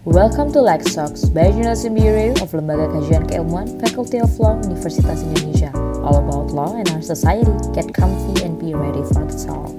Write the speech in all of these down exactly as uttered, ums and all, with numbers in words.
Welcome to Lex Talks by Journalism Bureau of Lembaga Kajian Keilmuan Faculty of Law Universitas Indonesia. All about law and our society. Get comfy and be ready for the talk.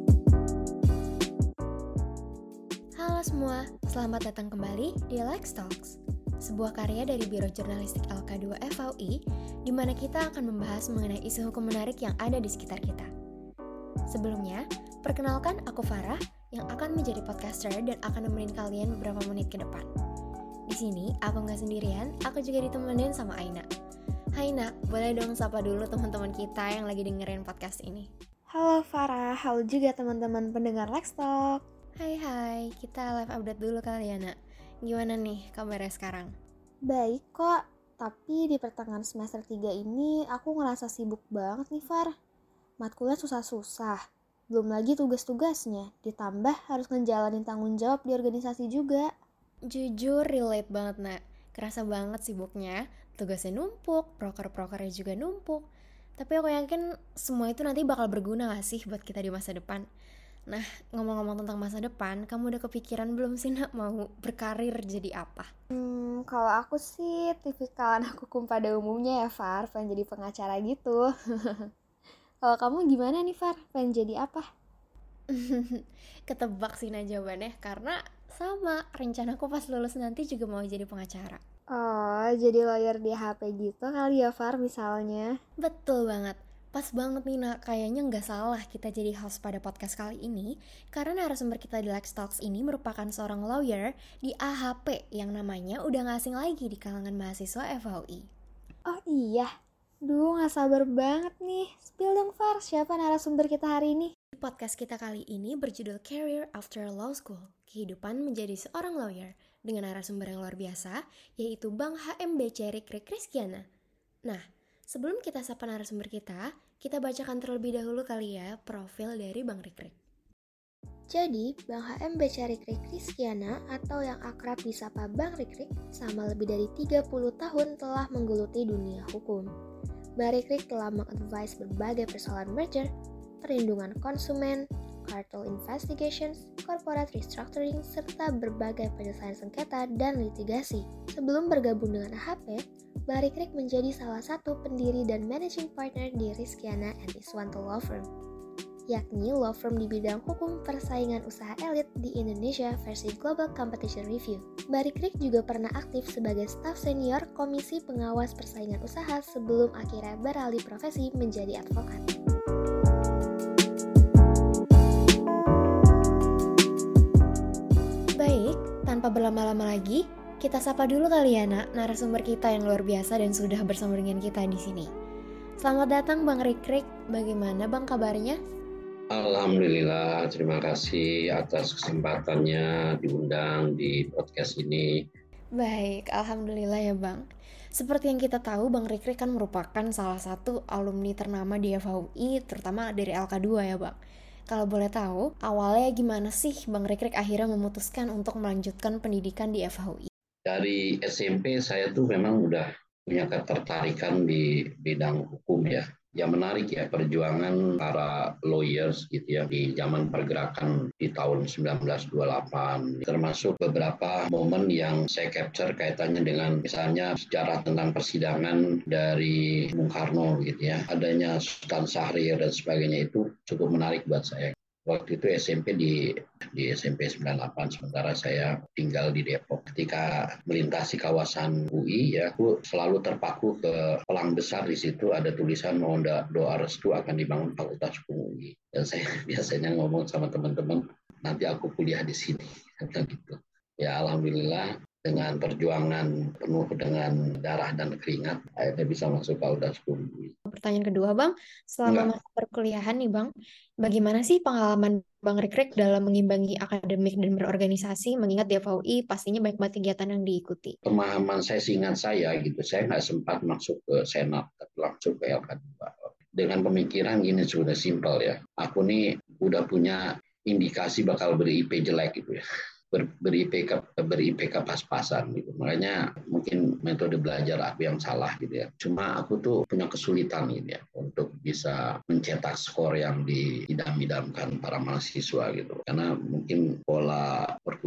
Halo semua, selamat datang kembali di Lex Talks, sebuah karya dari Biro Jurnalistik L K dua F A U I, di mana kita akan membahas mengenai isu hukum menarik yang ada di sekitar kita. Sebelumnya, perkenalkan aku Farah, yang akan menjadi podcaster dan akan nemenin kalian beberapa menit ke depan. Di sini, aku nggak sendirian, aku juga ditemenin sama Aina. Hai Nak, boleh dong sapa dulu teman-teman kita yang lagi dengerin podcast ini. Halo Farah, halo juga teman-teman pendengar Lex Talk. Hai hai, kita live update dulu kali ya Nak. Gimana nih kabarnya sekarang? Baik kok, tapi di pertengahan semester tiga ini aku ngerasa sibuk banget nih Far. Matkulnya susah-susah. Belum lagi tugas-tugasnya, ditambah harus ngejalanin tanggung jawab di organisasi juga. Jujur relate banget Nak, kerasa banget sibuknya, tugasnya numpuk, proker-prokernya juga numpuk. Tapi aku yakin semua itu nanti bakal berguna gak sih buat kita di masa depan. Nah, ngomong-ngomong tentang masa depan, kamu udah kepikiran belum sih Nak mau berkarir jadi apa? Hmm, kalau aku sih tipikal anak hukum pada umumnya ya Far, pengen jadi pengacara gitu. Kalau kamu gimana nih Far, pengen jadi apa? Ketebak sih Nah jawabannya, karena sama, rencanaku pas lulus nanti juga mau jadi pengacara. Oh, jadi lawyer di H P gitu kali ya Far misalnya. Betul banget, pas banget nih Nak, kayaknya gak salah kita jadi host pada podcast kali ini, karena narasumber kita di Lex Talks ini merupakan seorang lawyer di A H P yang namanya udah gak asing lagi di kalangan mahasiswa F A U I. Oh iya, duh gak sabar banget nih. Spill dong Far, siapa narasumber kita hari ini? Podcast kita kali ini berjudul Career After Law School, kehidupan menjadi seorang lawyer, dengan narasumber yang luar biasa, yaitu Bang H M B C Rikrik Rizkiana. Nah, sebelum kita sapa narasumber kita, kita bacakan terlebih dahulu kali ya profil dari Bang Rikrik. Jadi, Bang H M B C Rikrik Rizkiana atau yang akrab disapa Bang Rikrik selama lebih dari tiga puluh tahun telah menggeluti dunia hukum. Bang Rikrik telah mengadvise berbagai persoalan merger, perlindungan konsumen, cartel investigations, corporate restructuring, serta berbagai penyelesaian sengketa dan litigasi. Sebelum bergabung dengan A H P, Bang Rikrik menjadi salah satu pendiri dan managing partner di Rizkiana and Iswanto Law Firm, yakni law firm di bidang hukum persaingan usaha elit di Indonesia versi Global Competition Review. Bang Rikrik juga pernah aktif sebagai staf senior Komisi Pengawas Persaingan Usaha sebelum akhirnya beralih profesi menjadi advokat. Tanpa berlama-lama lagi, kita sapa dulu kali ya Nak, narasumber kita yang luar biasa dan sudah bersama dengan kita di sini. Selamat datang Bang Rikrik, bagaimana Bang kabarnya? Alhamdulillah, terima kasih atas kesempatannya diundang di podcast ini. Baik, Alhamdulillah ya Bang. Seperti yang kita tahu, Bang Rikrik kan merupakan salah satu alumni ternama di F A U I, terutama dari L K dua ya Bang. Kalau boleh tahu, awalnya gimana sih Bang Rikrik akhirnya memutuskan untuk melanjutkan pendidikan di F A U I? Dari S M P saya tuh memang udah punya ketertarikan di bidang hukum ya. Yang menarik ya perjuangan para lawyers gitu ya di zaman pergerakan di tahun sembilan belas dua puluh delapan. Termasuk beberapa momen yang saya capture kaitannya dengan misalnya sejarah tentang persidangan dari Bung Karno gitu ya. Adanya Sultan Syahrir dan sebagainya itu cukup menarik buat saya. Waktu itu S M P di di S M P sembilan puluh delapan, sementara saya tinggal di Depok. Ketika melintasi kawasan U I, ya, aku selalu terpaku ke pelang besar di situ ada tulisan mohon doa restu akan dibangun Fakultas Hukum U I. Dan saya biasanya ngomong sama teman-teman, nanti aku kuliah di sini. Gitu. Ya Alhamdulillah dengan perjuangan penuh dengan darah dan keringat, akhirnya bisa masuk Fakultas Hukum U I. Pertanyaan kedua Bang, selama masa perkuliahan nih Bang, bagaimana sih pengalaman Bang Rikrik dalam mengimbangi akademik dan berorganisasi, mengingat di F A U I pastinya banyak banget kegiatan yang diikuti? Pemahaman saya seingat saya gitu, saya nggak sempat masuk ke Senat, tapi langsung ke L K dua. Dengan pemikiran gini sudah simpel ya, aku nih udah punya indikasi bakal beri I P jelek gitu ya. ber, beri I P K beri I P K pas-pasan gitu. Makanya mungkin metode belajar aku yang salah gitu ya. Cuma aku tuh punya kesulitan gitu ya untuk bisa mencetak skor yang diidam-idamkan para mahasiswa gitu. Karena mungkin pola perkuliahan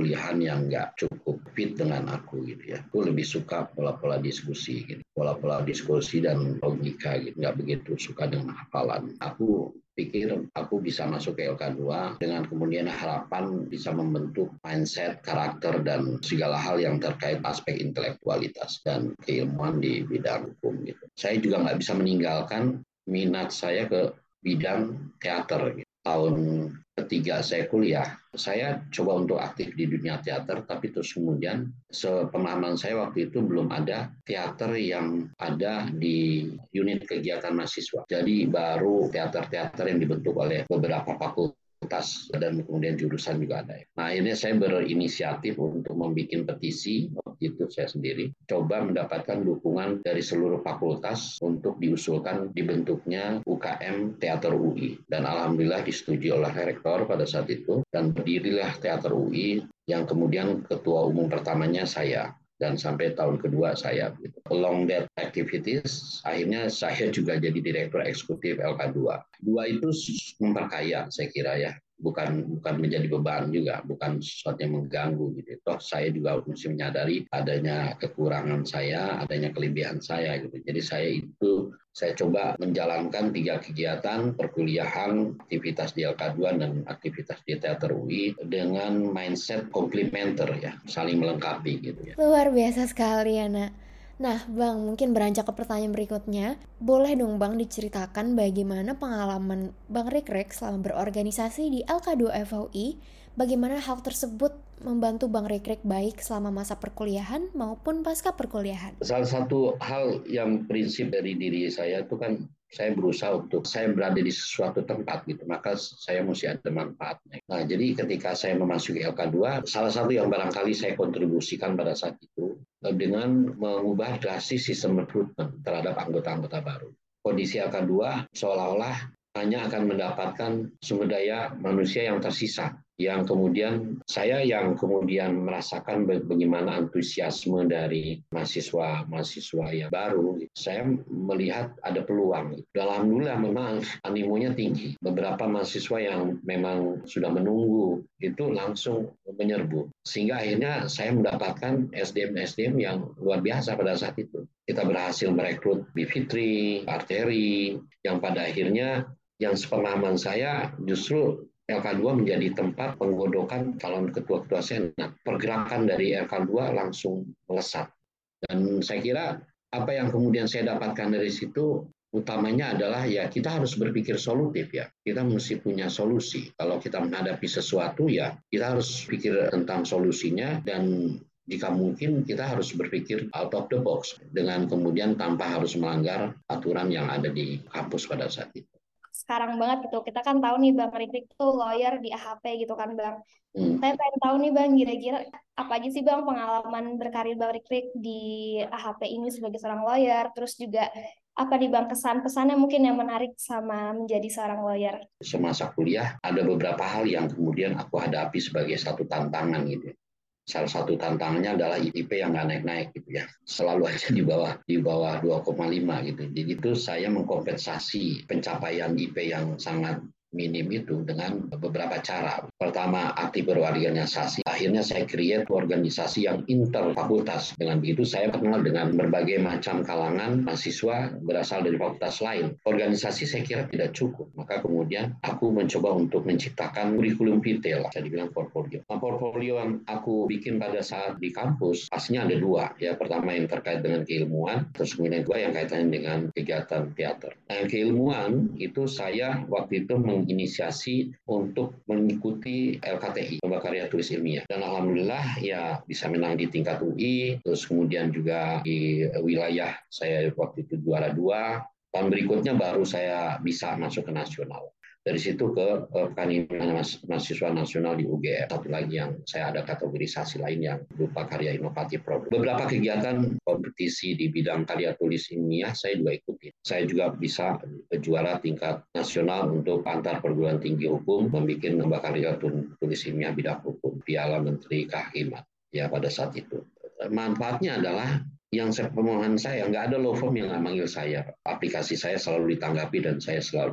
perkuliahan yang nggak cukup fit dengan aku gitu ya. Aku lebih suka pola-pola diskusi gitu, pola-pola diskusi dan logika gitu. Nggak begitu suka dengan hafalan. Aku pikir aku bisa masuk ke L K dua dengan kemudian harapan bisa membentuk mindset, karakter, dan segala hal yang terkait aspek intelektualitas dan keilmuan di bidang hukum gitu. Saya juga nggak bisa meninggalkan minat saya ke bidang teater gitu. Tahun ketiga saya kuliah, saya coba untuk aktif di dunia teater, tapi terus kemudian sepemahaman saya waktu itu belum ada teater yang ada di unit kegiatan mahasiswa. Jadi baru teater-teater yang dibentuk oleh beberapa fakultas dan kemudian jurusan juga ada. Nah akhirnya saya berinisiatif untuk membuat petisi, waktu itu saya sendiri, coba mendapatkan dukungan dari seluruh fakultas untuk diusulkan dibentuknya U K M Teater U I. Dan alhamdulillah disetujui oleh rektor pada saat itu, dan berdirilah Teater U I yang kemudian ketua umum pertamanya saya. Dan sampai tahun kedua saya. Along that activities, akhirnya saya juga jadi direktur eksekutif L K dua. Dua itu memperkaya saya kira ya. Bukan bukan menjadi beban juga, bukan sesuatu yang mengganggu gitu. Toh saya juga mesti menyadari adanya kekurangan saya, adanya kelebihan saya gitu. Jadi saya itu saya coba menjalankan tiga kegiatan perkuliahan, aktivitas di L K dua dan aktivitas di Teater U I dengan mindset komplementer ya, saling melengkapi gitu ya. Luar biasa sekali ya, Nak. Nah, Bang, mungkin beranjak ke pertanyaan berikutnya. Boleh dong, Bang, diceritakan bagaimana pengalaman Bang Rikrik selama berorganisasi di L K dua F A U I? Bagaimana hal tersebut membantu Bang Rikrik baik selama masa perkuliahan maupun pasca perkuliahan? Salah satu hal yang prinsip dari diri saya itu kan saya berusaha untuk saya berada di sesuatu tempat gitu, maka saya mesti ada manfaatnya. Nah, jadi ketika saya memasuki L K dua, salah satu yang barangkali saya kontribusikan pada saat itu dengan mengubah drastis sistem rekrutmen terhadap anggota-anggota baru. Kondisi L K dua seolah-olah hanya akan mendapatkan sumber daya manusia yang tersisa, yang kemudian saya yang kemudian merasakan bagaimana antusiasme dari mahasiswa-mahasiswa yang baru. Saya melihat ada peluang. Alhamdulillah memang animonya tinggi. Beberapa mahasiswa yang memang sudah menunggu itu langsung menyerbu. Sehingga akhirnya saya mendapatkan S D M-S D M yang luar biasa pada saat itu. Kita berhasil merekrut Bivitri, Arteri, yang pada akhirnya yang sepemahaman saya justru L K dua menjadi tempat penggodokan calon ketua-ketua senat. Pergerakan dari L K dua langsung melesat. Dan saya kira apa yang kemudian saya dapatkan dari situ utamanya adalah ya kita harus berpikir solutif ya. Kita mesti punya solusi. Kalau kita menghadapi sesuatu ya kita harus pikir tentang solusinya, dan jika mungkin kita harus berpikir out of the box dengan kemudian tanpa harus melanggar aturan yang ada di kampus pada saat itu. Sekarang banget gitu, kita kan tahu nih Bang Rikrik tuh lawyer di A H P gitu kan Bang. Hmm. Saya pengen tahu nih Bang, kira-kira apa aja sih Bang pengalaman berkarir Bang Rikrik di A H P ini sebagai seorang lawyer, terus juga apa nih Bang kesan-pesannya mungkin yang menarik sama menjadi seorang lawyer? Semasa kuliah ada beberapa hal yang kemudian aku hadapi sebagai satu tantangan gitu. Salah satu tantangannya adalah I P yang nggak naik-naik gitu ya, selalu aja di bawah di bawah dua koma lima gitu. Jadi itu saya mengkompensasi pencapaian I P yang sangat minim itu dengan beberapa cara. Pertama, aktif berorganisasi. Akhirnya saya create organisasi yang interfakultas. Dengan begitu saya kenal dengan berbagai macam kalangan mahasiswa berasal dari fakultas lain. Organisasi saya kira tidak cukup. Maka kemudian aku mencoba untuk menciptakan kurikulum vitae lah. Saya dibilang portfolio. Nah, portfolio yang aku bikin pada saat di kampus, pastinya ada dua. Ya, pertama yang terkait dengan keilmuan, terus kemudian dua yang kaitannya dengan kegiatan teater. Nah, yang keilmuan itu saya waktu itu menginisiasi untuk mengikuti L K T I, lomba karya tulis ilmiah. Dan alhamdulillah ya bisa menang di tingkat U I, terus kemudian juga di wilayah saya waktu itu juara dua. Tahun berikutnya baru saya bisa masuk ke nasional. Dari situ ke Pekan Mahasiswa Nasional di U G M. Satu lagi yang saya ada kategorisasi lain yang berupa karya inovatif produk. Beberapa kegiatan kompetisi di bidang karya tulis ilmiah saya juga ikuti. Saya juga bisa juara tingkat nasional untuk antar perguruan tinggi hukum, membuat lomba karya tulis ilmiah bidang hukum, Piala Menteri Kehakiman ya pada saat itu. Manfaatnya adalah yang sepemahaman saya nggak ada law firm yang nggak manggil saya. Aplikasi saya selalu ditanggapi dan saya selalu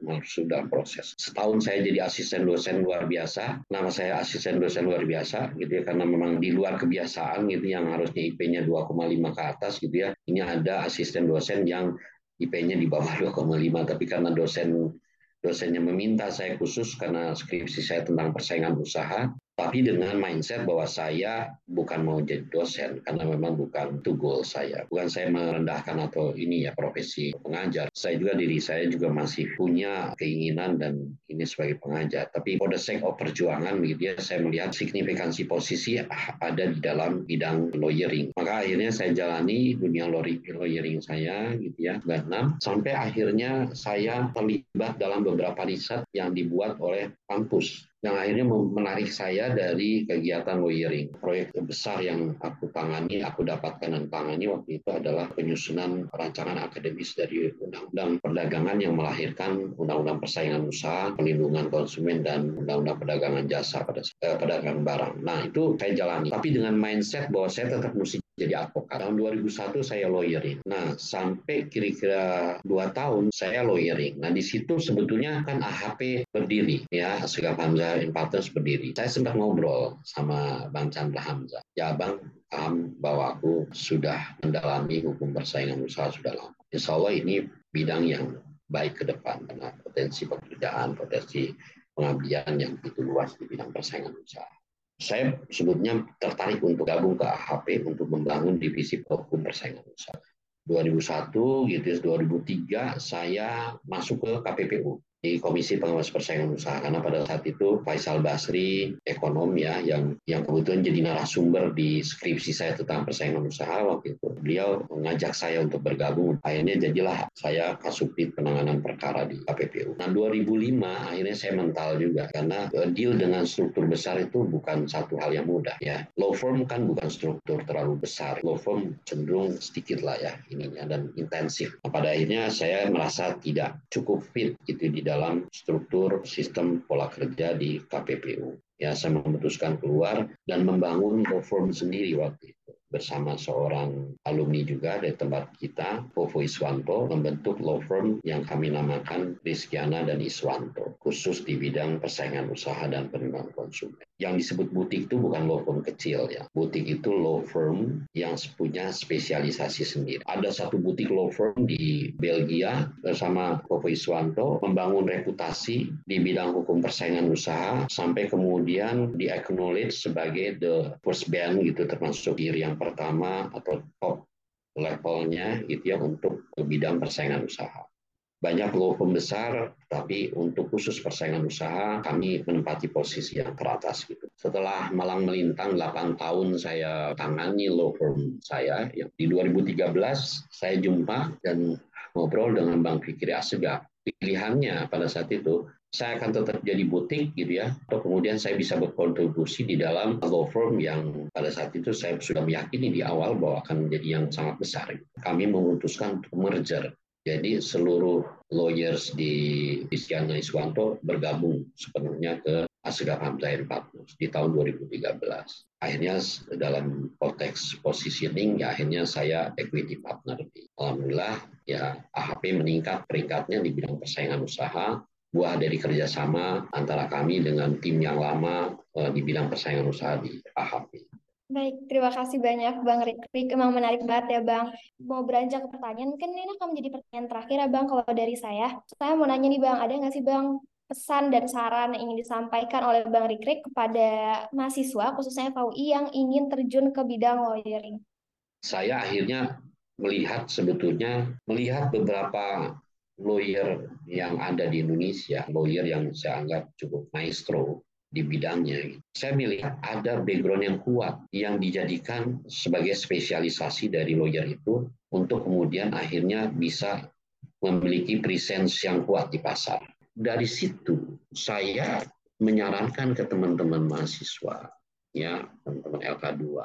masuk dalam proses. Setahun saya jadi asisten dosen luar biasa. Nama saya asisten dosen luar biasa gitu ya, karena memang di luar kebiasaan gitu yang harusnya I P-nya dua koma lima ke atas gitu ya. Ini ada asisten dosen yang I P-nya di bawah dua koma lima, tapi karena dosen dosennya meminta saya khusus karena skripsi saya tentang persaingan usaha, tapi dengan mindset bahwa saya bukan mau jadi dosen karena memang bukan itu goal saya. Bukan saya merendahkan atau ini ya profesi pengajar. Saya juga diri saya juga masih punya keinginan dan ini sebagai pengajar. Tapi for the sake of perjuangan gitu ya, saya melihat signifikansi posisi ada di dalam bidang lawyering. Maka akhirnya saya jalani dunia lawyering saya gitu ya, sembilan puluh enam sampai akhirnya saya terlibat dalam beberapa riset yang dibuat oleh kampus yang akhirnya menarik saya dari kegiatan lawyering. Proyek besar yang aku tangani, aku dapatkan dan tangani waktu itu adalah penyusunan rancangan akademis dari Undang-Undang Perdagangan yang melahirkan Undang-Undang Persaingan Usaha, Perlindungan Konsumen, dan Undang-Undang Perdagangan Jasa pada eh, perdagangan barang. Nah, itu saya jalani. Tapi dengan mindset bahwa saya tetap mesti jadi advokat. Tahun dua ribu satu saya lawyering. Nah, sampai kira-kira dua tahun saya lawyering. Nah, di situ sebetulnya kan A H P berdiri, ya, Asegaf Hamzah and Partners berdiri. Saya sempat ngobrol sama Bang Chandra Hamzah. Ya, Bang, paham bahwa aku sudah mendalami hukum persaingan usaha sudah lama. Insya Allah ini bidang yang baik ke depan, karena potensi pekerjaan, potensi pengabdian yang begitu luas di bidang persaingan usaha. Saya sebetulnya tertarik untuk gabung ke A H P untuk membangun divisi hukum persaingan usaha. dua ribu satu, gitu, dua ribu tiga saya masuk ke K P P U di Komisi Pengawas Persaingan Usaha, karena pada saat itu Faisal Basri, ekonom ya, yang yang kebetulan jadi narasumber di skripsi saya tentang persaingan usaha waktu itu. Beliau mengajak saya untuk bergabung. Akhirnya jadilah saya Kasubdit penanganan perkara di K P P U. Nah, dua ribu lima akhirnya saya mental juga, karena deal dengan struktur besar itu bukan satu hal yang mudah ya. Law firm kan bukan struktur terlalu besar. Law firm cenderung sedikit lah ya ininya dan intensif. Nah, pada akhirnya saya merasa tidak cukup fit gitu di dalam struktur sistem pola kerja di K P P U. Ya, saya memutuskan keluar dan membangun law firm sendiri waktu itu bersama seorang alumni juga dari tempat kita, Povo Iswanto, membentuk law firm yang kami namakan Rizkiana dan Iswanto, khusus di bidang persaingan usaha dan perlindungan konsumen. Yang disebut butik itu bukan law firm kecil ya. Butik itu law firm yang punya spesialisasi sendiri. Ada satu butik law firm di Belgia bersama Povo Iswanto membangun reputasi di bidang hukum persaingan usaha sampai kemudian di-acknowledge sebagai the first bank gitu, termasuk diri yang pertama atau top levelnya gitu ya untuk bidang persaingan usaha. Banyak law firm besar, tapi untuk khusus persaingan usaha kami menempati posisi yang teratas gitu. Setelah malang melintang delapan tahun saya tangani law firm saya, yang di dua ribu tiga belas saya jumpa dan ngobrol dengan Bang Fikri Asegaf. Pilihannya pada saat itu, saya akan tetap jadi butik gitu ya, atau kemudian saya bisa berkontribusi di dalam law firm yang pada saat itu saya sudah meyakini di awal bahwa akan menjadi yang sangat besar. Kami memutuskan untuk merger. Jadi seluruh lawyers di Rizkiana Iswanto bergabung sepenuhnya ke Asegaf Hamzah and Partners di tahun dua ribu tiga belas. Akhirnya dalam konteks positioning ya akhirnya saya equity partner. Alhamdulillah ya A H P meningkat peringkatnya di bidang persaingan usaha, buah dari kerjasama antara kami dengan tim yang lama uh, di bidang persaingan usaha di A H P. Baik, terima kasih banyak Bang Rikrik. Emang menarik banget ya Bang. Mau beranjak ke pertanyaan, mungkin ini akan menjadi pertanyaan terakhir ya Bang kalau dari saya. Saya mau nanya nih Bang, ada nggak sih Bang pesan dan saran yang ingin disampaikan oleh Bang Rikrik kepada mahasiswa, khususnya F A U I yang ingin terjun ke bidang lawyering? Saya akhirnya melihat sebetulnya, melihat beberapa lawyer yang ada di Indonesia, lawyer yang saya anggap cukup maestro di bidangnya. Saya melihat ada background yang kuat yang dijadikan sebagai spesialisasi dari lawyer itu untuk kemudian akhirnya bisa memiliki presence yang kuat di pasar. Dari situ saya menyarankan ke teman-teman mahasiswa, ya teman-teman L K dua,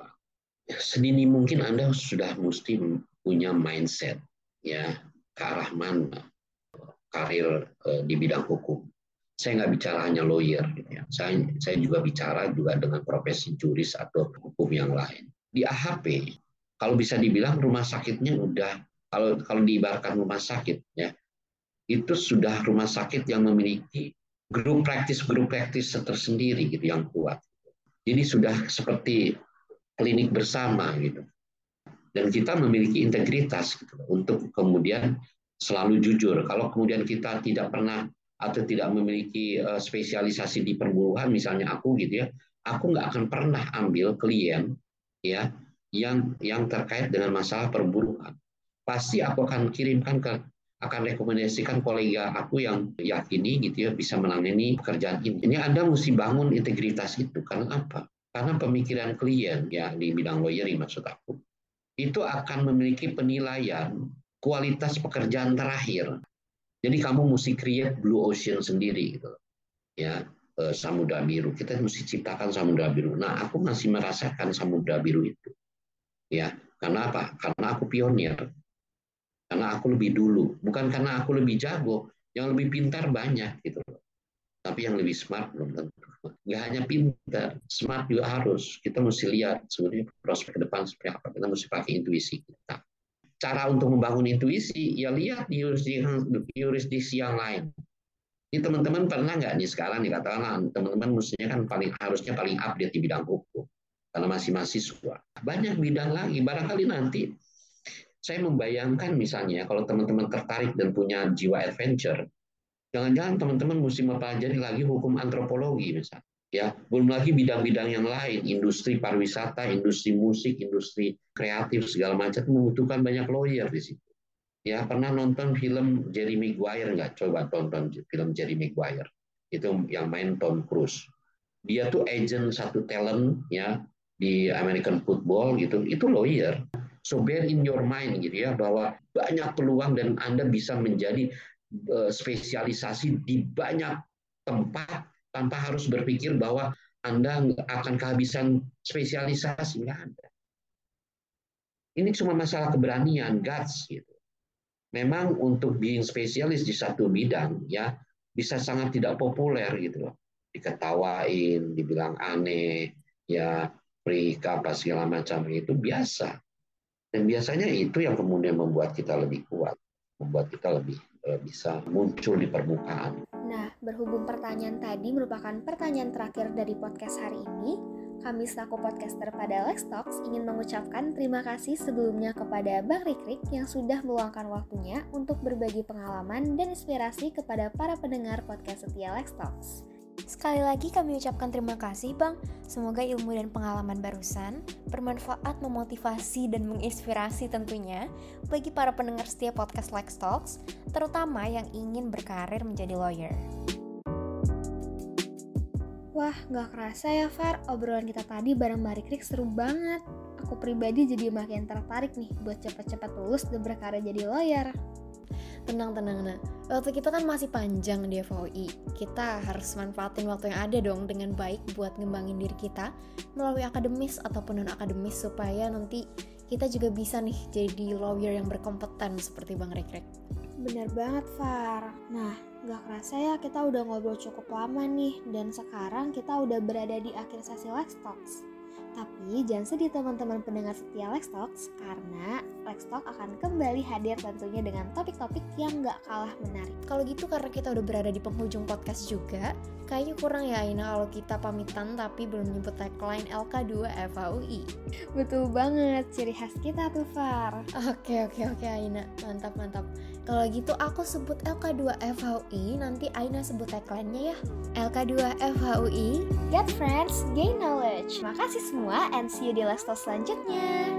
sedini mungkin Anda sudah mesti punya mindset ya ke arah mana karir eh, di bidang hukum. Saya nggak bicara hanya lawyer, gitu ya. Saya, saya juga bicara juga dengan profesi juris atau hukum yang lain. Di A H P, kalau bisa dibilang rumah sakitnya udah, kalau kalau diibaratkan rumah sakit, ya itu sudah rumah sakit yang memiliki grup praktis grup praktis tersendiri gitu yang kuat. Jadi sudah seperti klinik bersama gitu. Dan kita memiliki integritas gitu, untuk kemudian selalu jujur. Kalau kemudian kita tidak pernah atau tidak memiliki uh, spesialisasi di perburuhan, misalnya aku gitu ya, aku nggak akan pernah ambil klien ya yang yang terkait dengan masalah perburuhan. Pasti aku akan kirimkan ke akan rekomendasikan kolega aku yang yakini gitu ya bisa menangani pekerjaan ini. Ini Anda mesti bangun integritas itu. Karena apa? Karena pemikiran klien ya di bidang lawyering maksud aku itu akan memiliki penilaian kualitas pekerjaan terakhir. Jadi kamu mesti create blue ocean sendiri gitu. Ya, eh, samudra biru. Kita mesti ciptakan samudra biru. Nah, aku masih merasakan samudra biru itu. Ya, karena apa? Karena aku pionir. Karena aku lebih dulu, bukan karena aku lebih jago. Yang lebih pintar banyak gitu. Tapi yang lebih smart belum tentu. Nggak hanya pintar, smart juga harus. Kita mesti lihat sebenarnya prospek ke depan seperti apa. Kita mesti pakai intuisi kita. Cara untuk membangun intuisi, ya lihat di yurisdiksi yang lain. Ini teman-teman pernah nggak nih sekarang nih katakanlah teman-teman mestinya kan paling harusnya paling update di bidang hukum karena masih mahasiswa. Banyak bidang lagi. Barangkali nanti saya membayangkan misalnya kalau teman-teman tertarik dan punya jiwa adventure. Jangan-jangan teman-teman mesti mempelajari lagi hukum antropologi misalnya. Ya, belum lagi bidang-bidang yang lain, industri pariwisata, industri musik, industri kreatif segala macam membutuhkan banyak lawyer di situ. Ya, pernah nonton film Jerry Maguire nggak? Coba tonton film Jerry Maguire. Itu yang main Tom Cruise. Dia tuh agent satu talent ya di American football gitu. Itu lawyer. So bear in your mind gitu ya bahwa banyak peluang dan Anda bisa menjadi spesialisasi di banyak tempat tanpa harus berpikir bahwa Anda akan kehabisan spesialisasi. Nggak ada. Ini cuma masalah keberanian, guts gitu. Memang untuk being spesialis di satu bidang ya bisa sangat tidak populer gitu loh. Diketawain, dibilang aneh, ya freak apa segala macam itu biasa. Dan biasanya itu yang kemudian membuat kita lebih kuat, membuat kita lebih bisa muncul di permukaan. Nah, berhubung pertanyaan tadi merupakan pertanyaan terakhir dari podcast hari ini, kami selaku podcaster pada Lex Talks ingin mengucapkan terima kasih sebelumnya kepada Bang Rikrik yang sudah meluangkan waktunya untuk berbagi pengalaman dan inspirasi kepada para pendengar podcast setia Lex Talks. Sekali lagi kami ucapkan terima kasih Bang. Semoga ilmu dan pengalaman barusan bermanfaat, memotivasi, dan menginspirasi tentunya bagi para pendengar setia podcast Lex Talks, terutama yang ingin berkarir menjadi lawyer. Wah, gak kerasa ya Far, obrolan kita tadi bareng Mbak Rikrik seru banget. Aku pribadi jadi makin tertarik nih buat cepat-cepat lulus dan berkarir jadi lawyer. Tenang-tenang, nah. Waktu kita kan masih panjang di F A U I. Kita harus manfaatin waktu yang ada dong dengan baik buat ngembangin diri kita melalui akademis ataupun non-akademis supaya nanti kita juga bisa nih jadi lawyer yang berkompeten seperti Bang Rikrik. Bener banget, Far. Nah, gak kerasa ya kita udah ngobrol cukup lama nih dan sekarang kita udah berada di akhir sesi Lex Talks. Tapi jangan sedih teman-teman pendengar setia Lex Talks karena Lex Talk akan kembali hadir tentunya dengan topik-topik yang gak kalah menarik. Kalau gitu karena kita udah berada di penghujung podcast juga, kayaknya kurang ya Aina kalau kita pamitan tapi belum nyebut tagline L K dua F A U I. Betul banget, ciri khas kita tuh Far. Oke oke oke Aina, mantap mantap. Kalau gitu aku sebut L K dua F A U I, nanti Aina sebut tagline-nya ya. L K dua F A U I, Get friends, gain knowledge. Makasih semua and see you di Lex Talk selanjutnya.